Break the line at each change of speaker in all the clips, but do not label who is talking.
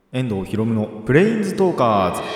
遠藤ひろむのプレインズトーカーズ。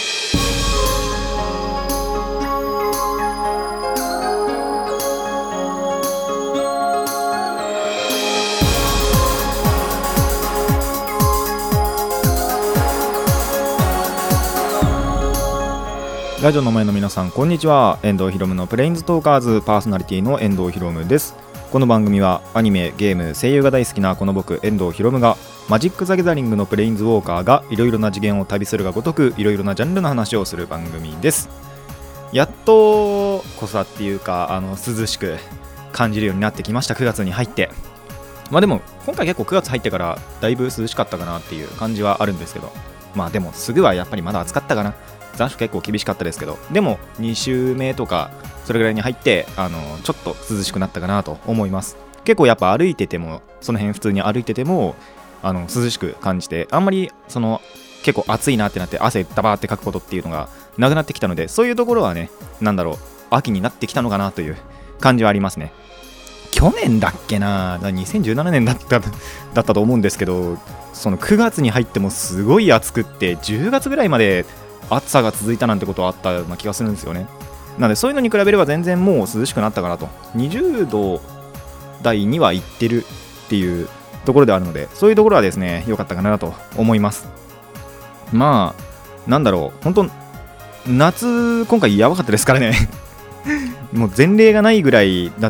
ラジオの前の皆さん、こんにちは。遠藤ひろむのプレインズトーカーズパーソナリティの遠藤ひろむです。この番組はアニメ、ゲーム、声優が大好きなこの僕遠藤ひろむがマジック・ザ・ギャザリングのプレインズウォーカーがいろいろな次元を旅するがごとくいろいろなジャンルの話をする番組です。やっとこさっていうか涼しく感じるようになってきました。9月に入って、でも今回結構9月入ってからだいぶ涼しかったかなっていう感じはあるんですけど、でもすぐはやっぱりまだ暑かったかな。残暑結構厳しかったですけど、でも2週目とかそれぐらいに入ってちょっと涼しくなったかなと思います。結構やっぱ歩いてても、その辺普通に歩いてても涼しく感じて、あんまり結構暑いなってなって汗ダバーってかくことっていうのがなくなってきたので、そういうところはね、秋になってきたのかなという感じはありますね。去年だっけな、2017年だったと思うんですけど、その9月に入ってもすごい暑くって10月ぐらいまで暑さが続いたなんてことはあったような気がするんですよね。なのでそういうのに比べれば全然もう涼しくなったかなと、20度台には行ってるっていうところであるので、そういうところはですね良かったかなと思います。本当夏今回やばかったですからねもう前例がないぐらいだって、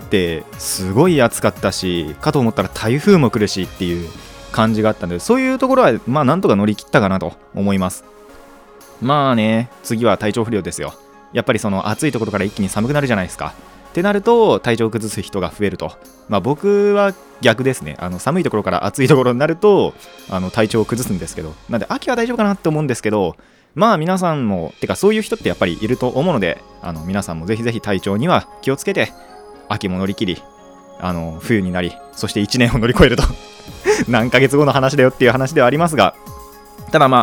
すごい暑かったし、かと思ったら台風も来るしっていう感じがあったので、そういうところはなんとか乗り切ったかなと思います。次は体調不良ですよ。やっぱりその暑いところから一気に寒くなるじゃないですか。ってなると体調を崩す人が増えると。僕は逆ですね。寒いところから暑いところになると体調を崩すんですけど、なんで秋は大丈夫かなって思うんですけど、皆さんもそういう人ってやっぱりいると思うので、皆さんもぜひぜひ体調には気をつけて、秋も乗り切り冬になり、そして1年を乗り越えると何ヶ月後の話だよっていう話ではありますが、ただ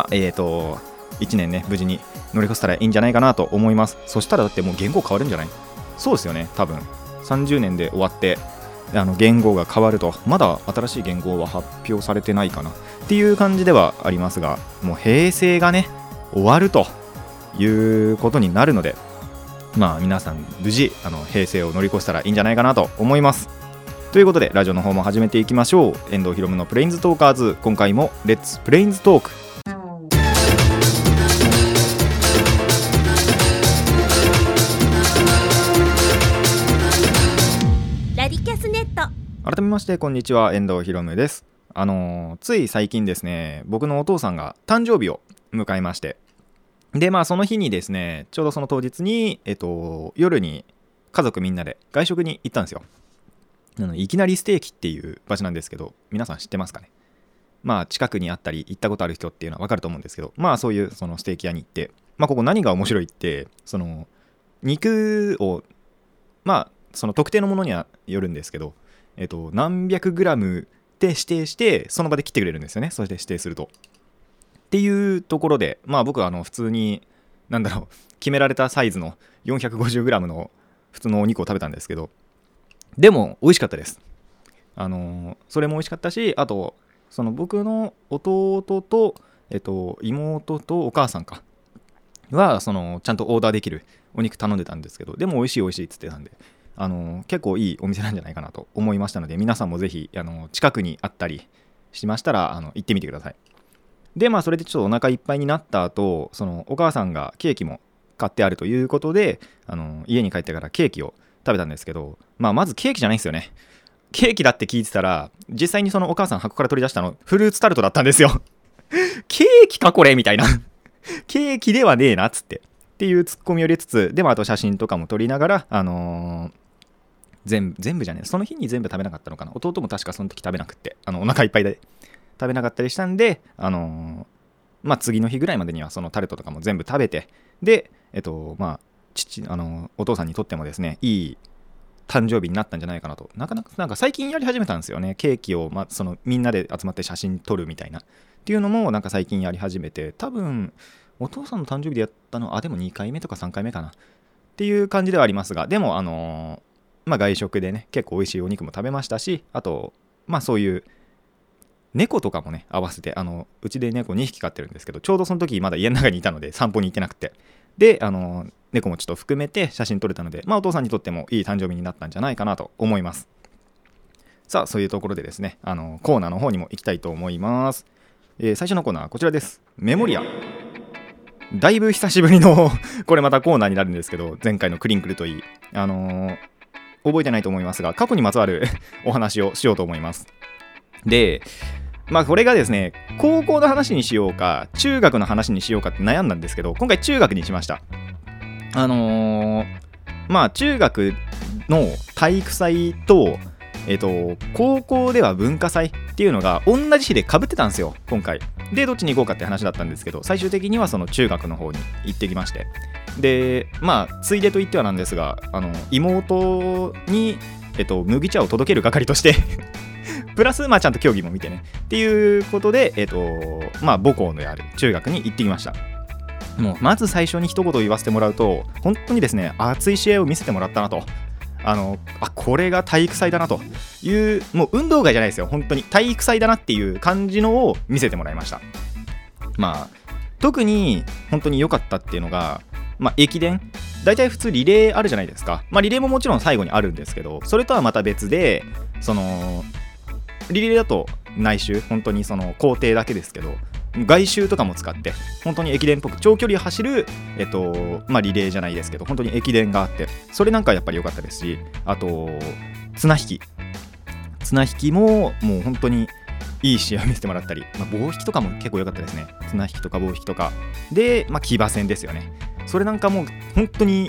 1年ね無事に乗り越せたらいいんじゃないかなと思います。そしたらだってもう言語変わるんじゃない？そうですよね。多分30年で終わって言語が変わると、まだ新しい言語は発表されてないかなっていう感じではありますが、もう平成がね終わるということになるので、皆さん無事平成を乗り越したらいいんじゃないかなと思います。ということでラジオの方も始めていきましょう。遠藤ひろむのプレインズトーカーズ、今回もレッツプレインズトーク。改めましてこんにちは、遠藤ひろむです。つい最近ですね、僕のお父さんが誕生日を迎えまして、でその日にですね、ちょうどその当日に夜に家族みんなで外食に行ったんですよ。いきなりステーキっていう場所なんですけど、皆さん知ってますかね。近くにあったり行ったことある人っていうのは分かると思うんですけど、そういうそのステーキ屋に行って、ここ何が面白いって、その肉をその特定のものにはよるんですけど、何百グラムで指定してその場で切ってくれるんですよね。それで指定するとっていうところで、僕は普通に決められたサイズの450グラムの普通のお肉を食べたんですけど、でも美味しかったです。それも美味しかったし、あとその僕の弟と妹とお母さんはちゃんとオーダーできるお肉頼んでたんですけど、でも美味しいって言ってたんで、結構いいお店なんじゃないかなと思いましたので、皆さんもぜひ近くにあったりしましたら行ってみてください。でそれでちょっとお腹いっぱいになった後、そのお母さんがケーキも買ってあるということで家に帰ってからケーキを食べたんですけど、まずケーキじゃないんですよね。ケーキだって聞いてたら、実際にそのお母さん箱から取り出したのフルーツタルトだったんですよケーキかこれみたいなケーキではねえなっつっていうツッコミを入れつつ、でもあと写真とかも撮りながら全部じゃねえ、その日に全部食べなかったのかな。弟も確かその時食べなくって、お腹いっぱいで食べなかったりしたんで、次の日ぐらいまでにはそのタルトとかも全部食べて、でお父さんにとってもですね、いい誕生日になったんじゃないかなと。なんか最近やり始めたんですよね。ケーキをそのみんなで集まって写真撮るみたいなっていうのも最近やり始めて、多分お父さんの誕生日でやったのでも2回目とか3回目かなっていう感じではありますが、でも外食でね結構美味しいお肉も食べましたし、あとそういう猫とかもね合わせてうちで猫2匹飼ってるんですけど、ちょうどその時まだ家の中にいたので散歩に行ってなくて、で猫もちょっと含めて写真撮れたので、お父さんにとってもいい誕生日になったんじゃないかなと思います。さあそういうところでですね、コーナーの方にも行きたいと思います。最初のコーナーはこちらです。メモリア。だいぶ久しぶりのこれまたコーナーになるんですけど、前回のクリンクルといい覚えてないと思いますが、過去にまつわるお話をしようと思います。でこれがですね、高校の話にしようか中学の話にしようかって悩んだんですけど、今回中学にしました。中学の体育祭と高校では文化祭っていうのが同じ日で被ってたんですよ今回で。どっちに行こうかって話だったんですけど、最終的にはその中学の方に行ってきまして、でついでと言ってはなんですが、妹に、麦茶を届ける係としてプラスちゃんと競技も見てねっていうことで、母校のある中学に行ってきました。もうまず最初に一言言わせてもらうと、本当にですね熱い試合を見せてもらったなと、これが体育祭だなという、もう運動会じゃないですよ、本当に体育祭だなっていう感じのを見せてもらいました。特に本当に良かったっていうのが、駅伝、大体普通リレーあるじゃないですか。リレーももちろん最後にあるんですけど、それとはまた別で、そのリレーだと内周、本当にその工程だけですけど、外周とかも使って本当に駅伝っぽく長距離を走る、リレーじゃないですけど本当に駅伝があって、それなんかやっぱり良かったですし、あと綱引きももう本当にいい試合を見せてもらったり、棒引きとかも結構良かったですね。綱引きとか棒引きとかで、騎馬戦ですよね。それなんかもう本当に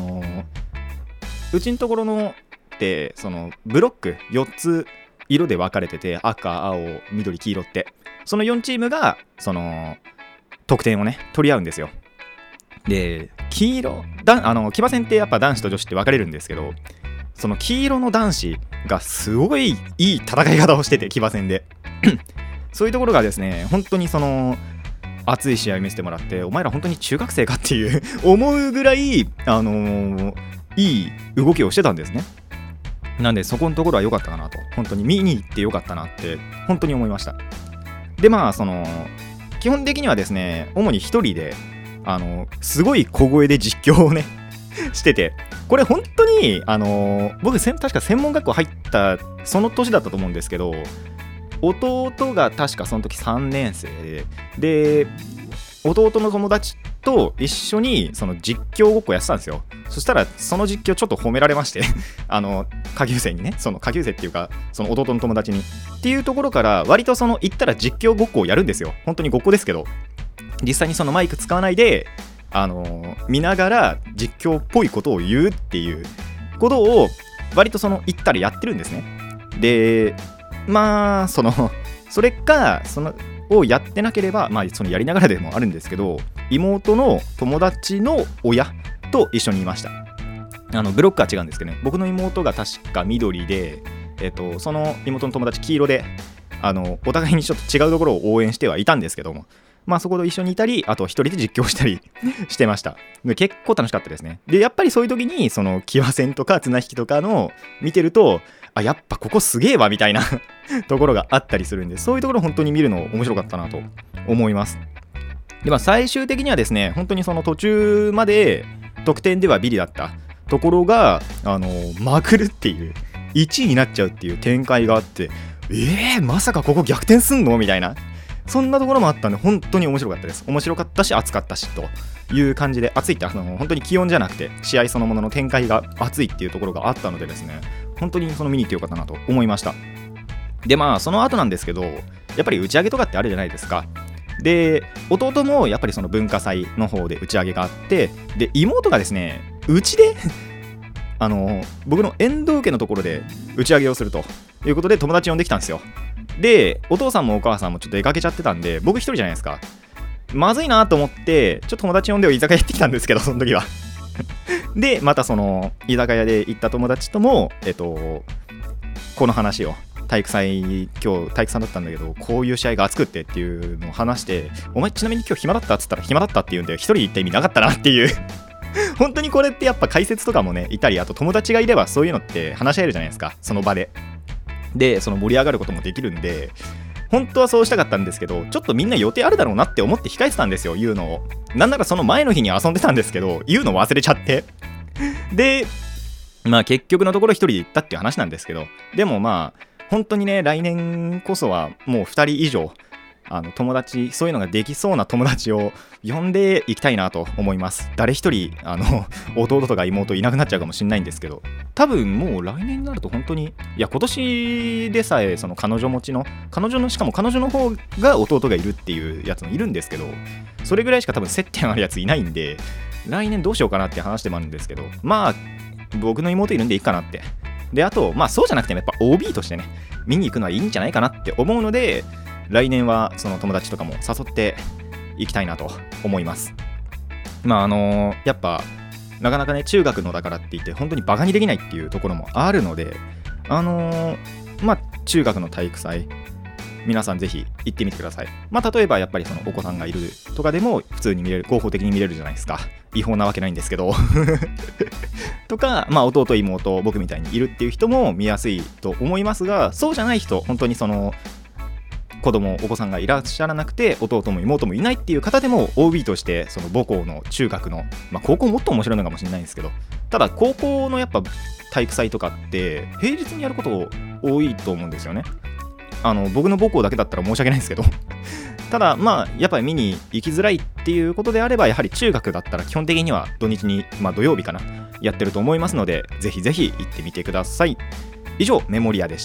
うちのところのってそのブロック4つ色で分かれてて、赤、青、緑、黄色って、その4チームがその得点をね取り合うんですよ。で黄色騎馬戦ってやっぱ男子と女子って分かれるんですけど、その黄色の男子がすごいいい戦い方をしてて、騎馬戦でそういうところがですね、本当にその熱い試合を見せてもらって、お前ら本当に中学生かっていう思うぐらいいい動きをしてたんですね。なんでそこのところは良かったかなと、本当に見に行って良かったなって本当に思いました。でその基本的にはですね、主に一人ですごい小声で実況をねしてて、これ本当に僕確か専門学校入ったその年だったと思うんですけど、弟が確かその時3年生で弟の友達と一緒にその実況ごっこやってたんですよ。そしたらその実況ちょっと褒められまして下級生にね、その下級生っていうかその弟の友達にっていうところから、割とその行ったら実況ごっこをやるんですよ。本当にごっこですけど、実際にそのマイク使わないで見ながら実況っぽいことを言うっていうことを割とその行ったらやってるんですね。でそれかそのをやってなければ、そのやりながらでもあるんですけど、妹の友達の親と一緒にいました。ブロックは違うんですけどね、僕の妹が確か緑で、その妹の友達黄色で、お互いにちょっと違うところを応援してはいたんですけども、そこで一緒にいたり、あと一人で実況したりしてました。で結構楽しかったですね。でやっぱりそういう時にその騎馬戦とか綱引きとかの見てると、やっぱここすげえわみたいなところがあったりするんで、そういうところ本当に見るの面白かったなと思います。で最終的にはですね、本当にその途中まで得点ではビリだったところがまくるっていう1位になっちゃうっていう展開があって、まさかここ逆転すんのみたいな、そんなところもあったんで本当に面白かったです。面白かったし熱かったしという感じで、熱いって本当に気温じゃなくて試合そのものの展開が熱いっていうところがあったのでですね、本当にその見に行ってよかったなと思いました。でその後なんですけど、やっぱり打ち上げとかってあるじゃないですか。で弟もやっぱりその文化祭の方で打ち上げがあって、で妹がですねうちで僕の遠藤家のところで打ち上げをするということで友達呼んできたんですよ。でお父さんもお母さんもちょっと出かけちゃってたんで、僕一人じゃないですか。まずいなと思ってちょっと友達呼んで居酒屋行ってきたんですけど、その時はでまたその居酒屋で行った友達ともこの話を、体育祭今日体育祭だったんだけどこういう試合が熱くってっていうのを話して、お前ちなみに今日暇だったっつったら暇だったって言うんで、一人行った意味なかったなっていう本当にこれってやっぱ解説とかもねいたり、あと友達がいればそういうのって話し合えるじゃないですか、その場で。でその盛り上がることもできるんで、 本当はそうしたかったんですけど、ちょっとみんな予定あるだろうなって思って控えてたんですよ、言うのを。なんならその前の日に遊んでたんですけど、言うの忘れちゃってでまあ結局のところ一人で行ったっていう話なんですけど、でもまあ本当にね、来年こそはもう2人以上友達、そういうのができそうな友達を呼んでいきたいなと思います。誰一人弟とか妹いなくなっちゃうかもしれないんですけど、多分もう来年になると本当に、いや今年でさえその彼女のしかも彼女の方が弟がいるっていうやつもいるんですけど、それぐらいしか多分接点あるやついないんで、来年どうしようかなって話でもあるんですけど、まあ僕の妹いるんでいいかなって。であとまあそうじゃなくてもやっぱ OB としてね、見に行くのはいいんじゃないかなって思うので、来年はその友達とかも誘っていきたいなと思います。まあやっぱなかなかね、中学のだからって言って本当にバカにできないっていうところもあるので、まあ中学の体育祭皆さんぜひ行ってみてください。まあ例えばやっぱりそのお子さんがいるとかでも普通に見れる、合法的に見れるじゃないですか。違法なわけないんですけどとか、まあ弟妹僕みたいにいるっていう人も見やすいと思いますが、そうじゃない人、本当にそのお子さんがいらっしゃらなくて弟も妹もいないっていう方でも OB としてその母校の中学の、まあ高校もっと面白いのかもしれないんですけど、ただ高校のやっぱ体育祭とかって平日にやること多いと思うんですよね。僕の母校だけだったら申し訳ないんですけどただまあやっぱり見に行きづらいっていうことであれば、やはり中学だったら基本的には土日に、まあ土曜日かな、やってると思いますので、ぜひぜひ行ってみてください。以上メモリアでした。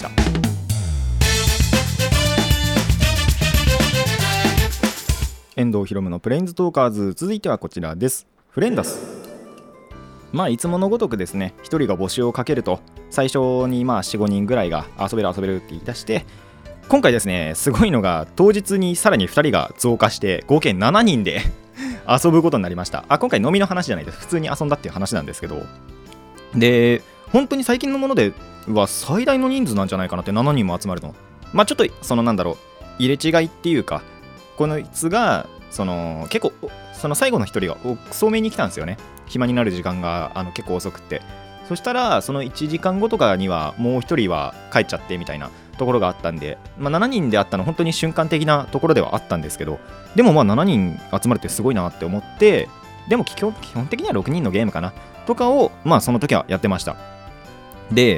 遠藤ひろむのプレインズトーカーズ、続いてはこちらです。フレンダス。まあいつものごとくですね、1人が募集をかけると最初にまあ 4,5 人ぐらいが遊べるって言い出して、今回ですね、すごいのが当日にさらに2人が増加して合計7人で遊ぶことになりました。今回飲みの話じゃないです、普通に遊んだっていう話なんですけど、で本当に最近のものでは最大の人数なんじゃないかなって、7人も集まるの。まあちょっとそのなんだろう、入れ違いっていうか、このいつが結構その最後の一人が遅めに来たんですよね。暇になる時間が結構遅くって、そしたらその1時間後とかにはもう一人は帰っちゃってみたいなところがあったんで、まあ、7人であったの本当に瞬間的なところではあったんですけど、でもまあ7人集まるってすごいなって思って、でも基本的には6人のゲームかなとかをまあその時はやってました。で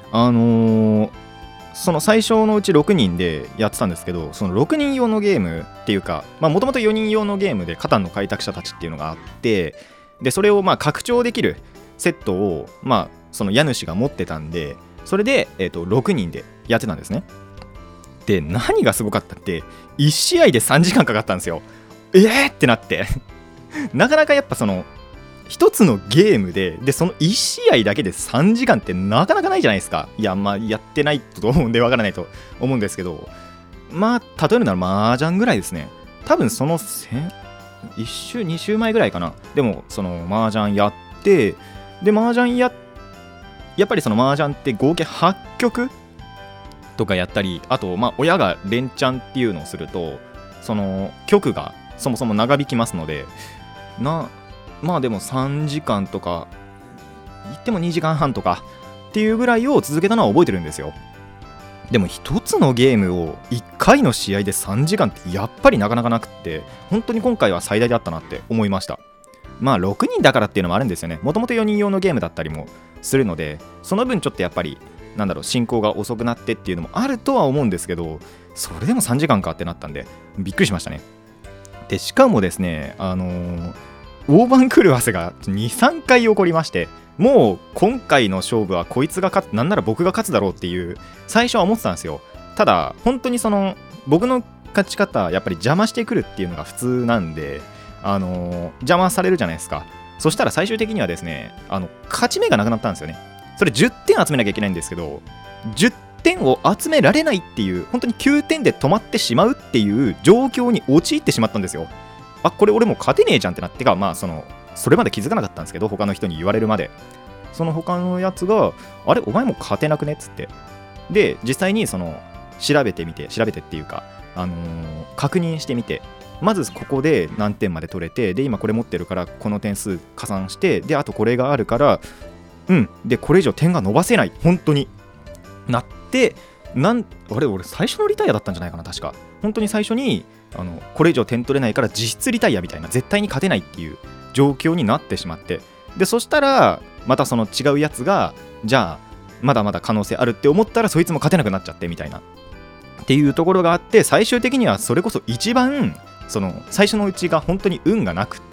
その最初のうち6人でやってたんですけど、その6人用のゲームっていうか、もともと4人用のゲームでカタンの開拓者たちっていうのがあって、でそれをまあ拡張できるセットをまあその家主が持ってたんで、それで、6人でやってたんですね。で何がすごかったって、1試合で3時間かかったんですよ。ってなってなかなかやっぱその一つのゲームでその1試合だけで3時間ってなかなかないじゃないですか。いやまあやってないと思うんでわからないと思うんですけど、まあ例えるなら麻雀ぐらいですね。多分その1週2週前ぐらいかな。でもその麻雀やって、で麻雀やっぱりその麻雀って合計8局とかやったり、あとまあ親が連チャンっていうのをするとその局がそもそも長引きますので、まあでも3時間とか言っても2時間半とかっていうぐらいを続けたのは覚えてるんですよ。でも一つのゲームを1回の試合で3時間ってやっぱりなかなかなくって、本当に今回は最大だったなって思いました。まあ6人だからっていうのもあるんですよね。もともと4人用のゲームだったりもするので、その分ちょっとやっぱりなんだろう、進行が遅くなってっていうのもあるとは思うんですけど、それでも3時間かってなったんでびっくりしましたね。でしかもですね、大番狂わせが 2,3 回起こりまして、もう今回の勝負はこいつが勝つ、なんなら僕が勝つだろうっていう最初は思ってたんですよ。ただ本当にその僕の勝ち方やっぱり邪魔してくるっていうのが普通なんで、邪魔されるじゃないですか。そしたら最終的にはですね、勝ち目がなくなったんですよね。それ10点集めなきゃいけないんですけど、10点を集められないっていう、本当に9点で止まってしまうっていう状況に陥ってしまったんですよ。これ俺もう勝てねえじゃんってなってか、まあそれまで気づかなかったんですけど、他の人に言われるまで、その他のやつがあれお前も勝てなくねっつって、で実際にその調べてっていうか、確認してみて、まずここで何点まで取れて、で今これ持ってるからこの点数加算して、であとこれがあるからでこれ以上点が伸ばせない本当になって、 俺最初のリタイアだったんじゃないかな。確か本当に最初にこれ以上点取れないから実質リタイアみたいな、絶対に勝てないっていう状況になってしまって、でそしたらまたその違うやつがじゃあまだまだ可能性あるって思ったらそいつも勝てなくなっちゃってみたいなっていうところがあって、最終的にはそれこそ一番その最初のうちが本当に運がなくって、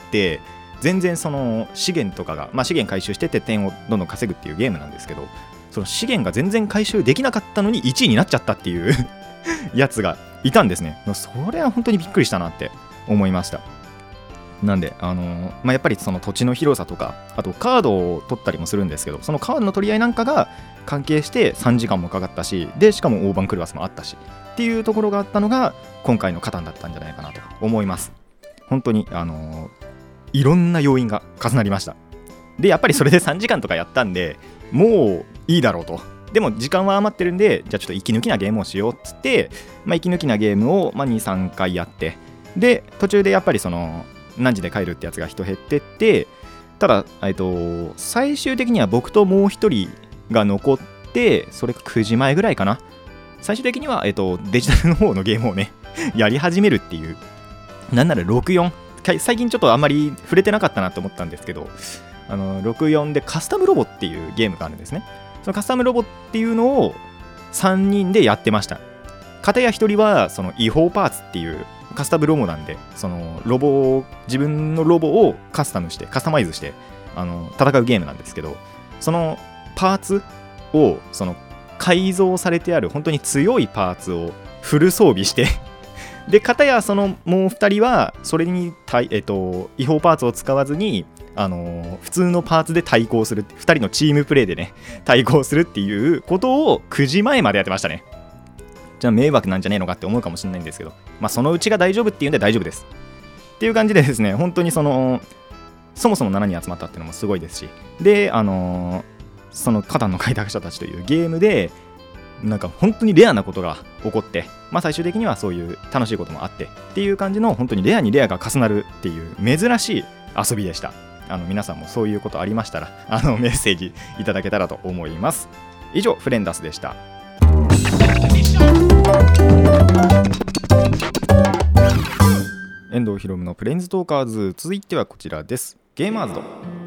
全然その資源とかが、資源回収してって点をどんどん稼ぐっていうゲームなんですけど、その資源が全然回収できなかったのに1位になっちゃったっていうやつがいたんですね。それは本当にびっくりしたなって思いました。なんでやっぱりその土地の広さとか、あとカードを取ったりもするんですけど、そのカードの取り合いなんかが関係して3時間もかかったし、でしかも大盤クルバスもあったしっていうところがあったのが今回のカタンだったんじゃないかなと思います。本当にいろんな要因が重なりました。でやっぱりそれで3時間とかやったんで、もういいだろうと。でも時間は余ってるんで、じゃあちょっと息抜きなゲームをしようっつって、息抜きなゲームを2、3回やって、で途中でやっぱりその何時で帰るってやつが人減ってって、ただ最終的には僕ともう一人が残って、それが9時前ぐらいかな、最終的にはデジタルの方のゲームをねやり始めるっていう、なんなら64、最近ちょっとあんまり触れてなかったなと思ったんですけど、64でカスタムロボっていうゲームがあるんですね。そのカスタムロボっていうのを3人でやってました。片や1人はその違法パーツっていうカスタムロボなんで、その自分のロボをカスタマイズして戦うゲームなんですけど、そのパーツをその改造されてある本当に強いパーツをフル装備してで片やそのもう2人はそれに違法パーツを使わずに普通のパーツで対抗する、2人のチームプレイでね対抗するっていうことを9時前までやってましたね。じゃあ迷惑なんじゃねえのかって思うかもしれないんですけど、そのうちが大丈夫っていうんで大丈夫ですっていう感じでですね、本当にそもそも7人集まったっていうのもすごいですし、でそのカタンの開拓者たちというゲームでなんか本当にレアなことが起こって、最終的にはそういう楽しいこともあってっていう感じの、本当にレアにレアが重なるっていう珍しい遊びでした。皆さんもそういうことありましたらメッセージいただけたらと思います。以上フレンダスでした。遠藤ひろむのプレインズトーカーズ、続いてはこちらです。ゲーマーズド。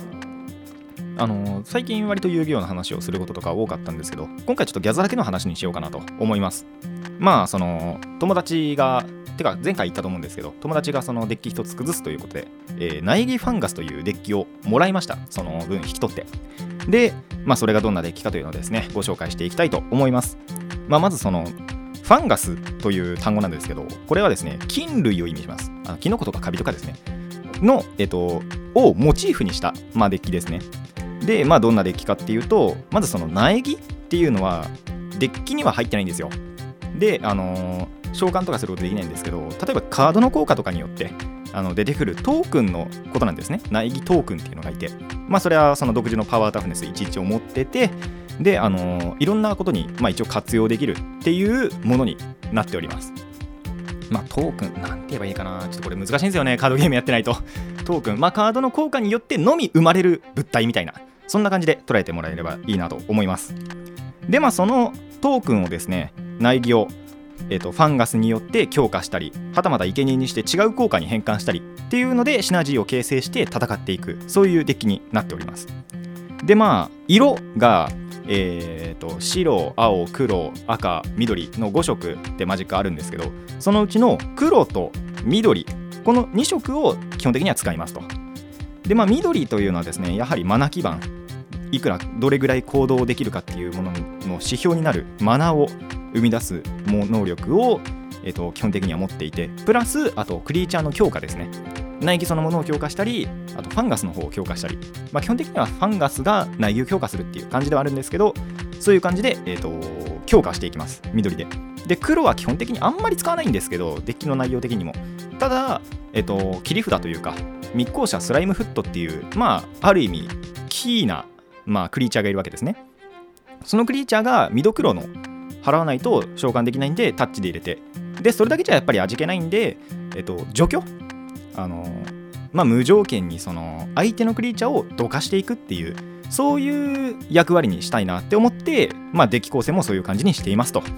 最近割と遊戯王の話をすることとか多かったんですけど、今回ちょっとギャザだけの話にしようかなと思います。その友達が前回言ったと思うんですけど、友達がそのデッキ一つ崩すということで、苗木ファンガスというデッキをもらいました。その分引き取って、でそれがどんなデッキかというのをですねご紹介していきたいと思います。まずそのファンガスという単語なんですけど、これはですね菌類を意味します。キノコとかカビとかですねの、をモチーフにした、デッキですね。でどんなデッキかっていうと、まずその苗木っていうのはデッキには入ってないんですよ。で召喚とかすることできないんですけど、例えばカードの効果とかによって出てくるトークンのことなんですね。苗木トークンっていうのがいて、それはその独自のパワータフネス11を持ってて、でいろんなことに、一応活用できるっていうものになっております。トークンなんて言えばいいかな、ちょっとこれ難しいんですよね、カードゲームやってないと。トークン、カードの効果によってのみ生まれる物体みたいな、そんな感じで捉えてもらえればいいなと思います。でそのトークンをですね、苗木をファンガスによって強化したり、はたまた生贄にして違う効果に変換したりっていうのでシナジーを形成して戦っていく、そういうデッキになっております。で色が白、青、黒、赤、緑の5色でマジックあるんですけど、そのうちの黒と緑、この2色を基本的には使いますと。で緑というのはですね、やはりマナ基盤、どれぐらい行動できるかっていうものの指標になるマナを生み出す能力を、基本的には持っていて、プラスあとクリーチャーの強化ですね、苗木そのものを強化したり、あとファンガスの方を強化したり、基本的にはファンガスが苗木を強化するっていう感じではあるんですけど、そういう感じで、強化していきます、緑で。で黒は基本的にあんまり使わないんですけど、デッキの内容的にもただ、切り札というか密航者スライムフットっていうある意味キーな、クリーチャーがいるわけですね。そのクリーチャーが緑黒の払わないと召喚できないんでタッチで入れて、でそれだけじゃやっぱり味気ないんで、除去、無条件にその相手のクリーチャーをどかしていくっていう、そういう役割にしたいなって思って、デッキ構成もそういう感じにしていますと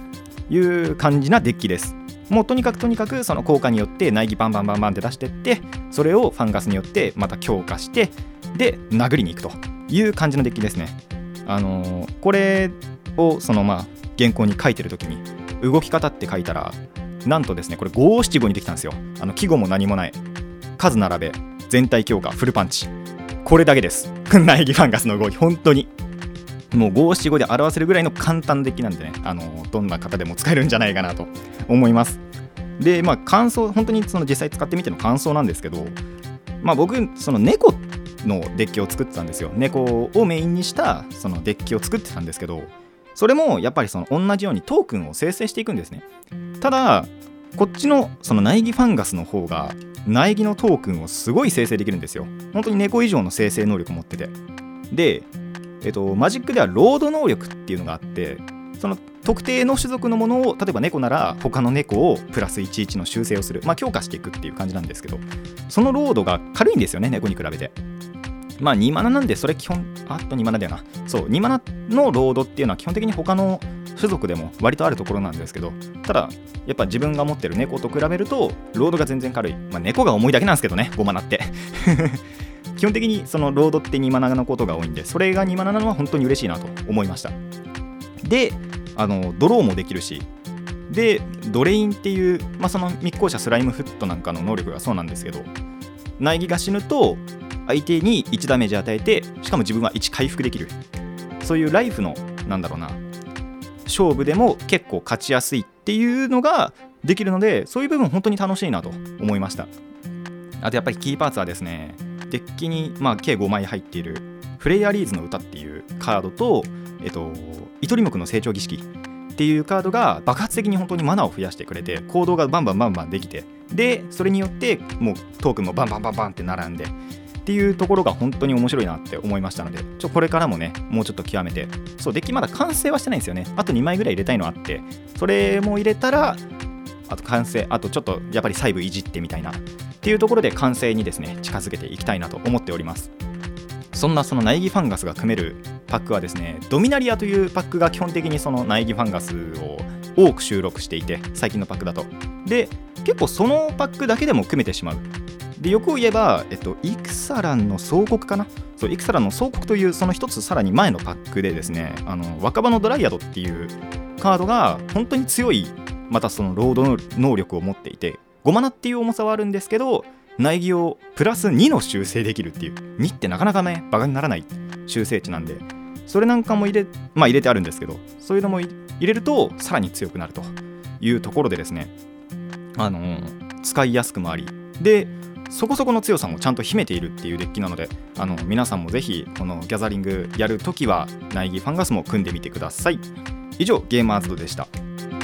いう感じなデッキです。もうとにかくその効果によって苗木バンバンバンバンって出してって、それをファンガスによってまた強化して、で殴りに行くという感じのデッキですね。これをその原稿に書いてる時に動き方って書いたら、なんとですねこれ5七5にできたんですよ。季語も何もない、数並べ、全体強化、フルパンチ、これだけです苗木ファンガスの動き、本当にもう5七5で表せるぐらいの簡単デッキなんでね、どんな方でも使えるんじゃないかなと思います。で感想、本当にその実際使ってみての感想なんですけど、僕その猫のデッキを作ってたんですよ。猫をメインにしたそのデッキを作ってたんですけど、それもやっぱりその同じようにトークンを生成していくんですね。ただこっちのその苗木ファンガスの方が苗木のトークンをすごい生成できるんですよ。本当に猫以上の生成能力を持ってて、でマジックではロード能力っていうのがあって、その特定の種族のものを、例えば猫なら他の猫をプラス11の修正をする、強化していくっていう感じなんですけど、そのロードが軽いんですよね、猫に比べて。2マナなんで、それ基本2マナだよな。そう2マナのロードっていうのは基本的に他の種族でも割とあるところなんですけど、ただやっぱ自分が持ってる猫と比べるとロードが全然軽い。猫が重いだけなんですけどね、5マナって基本的にそのロードって2マナのことが多いんで、それが2マナなのは本当に嬉しいなと思いました。でドローもできるし、でドレインっていう、その密航者スライムフットなんかの能力がそうなんですけど、苗木が死ぬと相手に1ダメージ与えて、しかも自分は1回復できる、そういうライフの勝負でも結構勝ちやすいっていうのができるので、そういう部分本当に楽しいなと思いました。あとやっぱりキーパーツはですね、デッキに計5枚入っているフレイアリーズの歌っていうカードと、糸リ目の成長儀式っていうカードが爆発的に本当にマナを増やしてくれて、行動がバンバンできて、でそれによってもうトークンもバンバンって並んでっていうところが本当に面白いなって思いましたので、これからもねもうちょっと極めて、そうデッキまだ完成はしてないんですよね。あと2枚ぐらい入れたいのあって、それも入れたらあと完成、あとちょっとやっぱり細部いじってみたいなっていうところで完成にですね近づけていきたいなと思っております。そんなその苗木ファンガスが組めるパックはですね、ドミナリアというパックが基本的にその苗木ファンガスを多く収録していて、最近のパックだとで結構そのパックだけでも組めてしまう。で欲を言えば、イクサランの総国かな、そうイクサランの総国というその一つさらに前のパックでですね、若葉のドライアドっていうカードが本当に強い、またそのロードの能力を持っていて、5マナっていう重さはあるんですけど、苗木をプラス2の修正できるっていう、2ってなかなかねバカにならない修正値なんで、それなんかも入れてあるんですけど、そういうのも入れるとさらに強くなるというところでですね、使いやすくもあり、でそこそこの強さもちゃんと秘めているっていうデッキなので、皆さんもぜひこのギャザリングやるときは苗木ファンガスも組んでみてください。以上ゲーマーズドでした。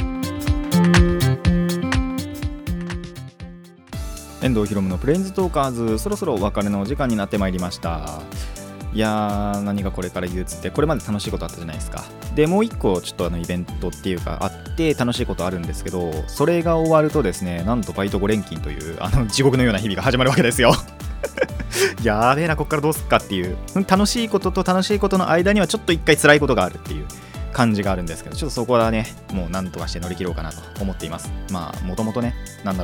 遠藤ひろむのプレインズトーカーズ、そろそろお別れのお時間になってまいりました。いやー、何がこれから言うつって、これまで楽しいことあったじゃないですか。でもう一個ちょっとイベントっていうかあって楽しいことあるんですけど、それが終わるとですね、なんとバイト5連勤という地獄のような日々が始まるわけですよやべえな、こっからどうすっかっていう、楽しいことと楽しいことの間にはちょっと一回辛いことがあるっていう感じがあるんですけど、ちょっとそこはねもうなんとかして乗り切ろうかなと思っています。もともとね、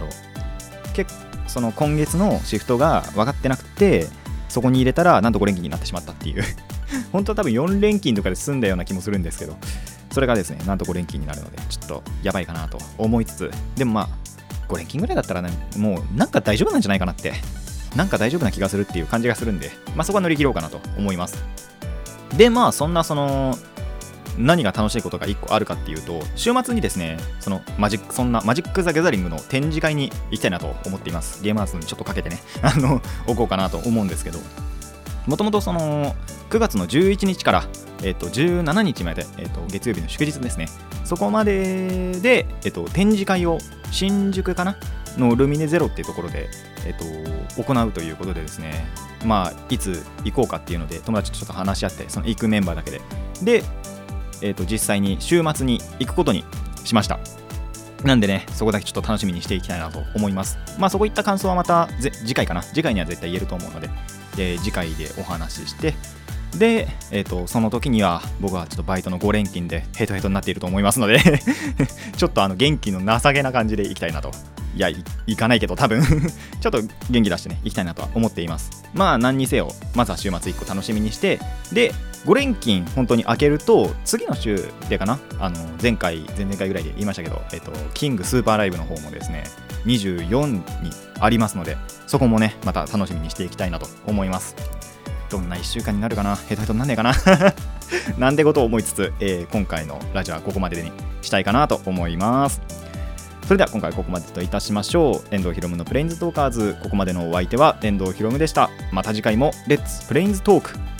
その今月のシフトが分かってなくて、そこに入れたらなんと5連勤になってしまったっていう本当は多分4連勤とかで済んだような気もするんですけど、それがですねなんと5連勤になるのでちょっとやばいかなと思いつつ、でも5連勤ぐらいだったらね、もうなんか大丈夫なんじゃないかなって、なんか大丈夫な気がするっていう感じがするんで、そこは乗り切ろうかなと思います。でそんな何が楽しいことが1個あるかっていうと、週末にですねそんなマジック・ザ・ギャザリングの展示会に行きたいなと思っています。ゲーマーズにちょっとかけてね置こうかなと思うんですけど、もともと9月の11日から、17日まで、月曜日の祝日ですね、そこまでで、展示会を新宿かなのルミネゼロっていうところで、行うということでですね、いつ行こうかっていうので友達とちょっと話し合って、その行くメンバーだけで実際に週末に行くことにしました。なんでね、そこだけちょっと楽しみにしていきたいなと思います。そこいった感想はまた次回かな、次回には絶対言えると思うので、次回でお話しして、 で、その時には僕はちょっとバイトの5連勤でヘトヘトになっていると思いますのでちょっと元気の情けな感じでいきたいなと。いや、行かないけど多分ちょっと元気出してね行きたいなとは思っています。まあ何にせよまずは週末1個楽しみにして、で5連勤本当に明けると次の週でかな、前々回ぐらいで言いましたけど、キングスーパーライブの方もですね24にありますので、そこもねまた楽しみにしていきたいなと思います。どんな1週間になるかな、ヘトヘトになんねえかななんてことを思いつつ、今回のラジオはここまでにしたいかなと思います。それでは今回ここまでといたしましょう。遠藤ひろむのプレインズトーカーズ、ここまでのお相手は遠藤ひろむでした。また次回もレッツプレインズトーク。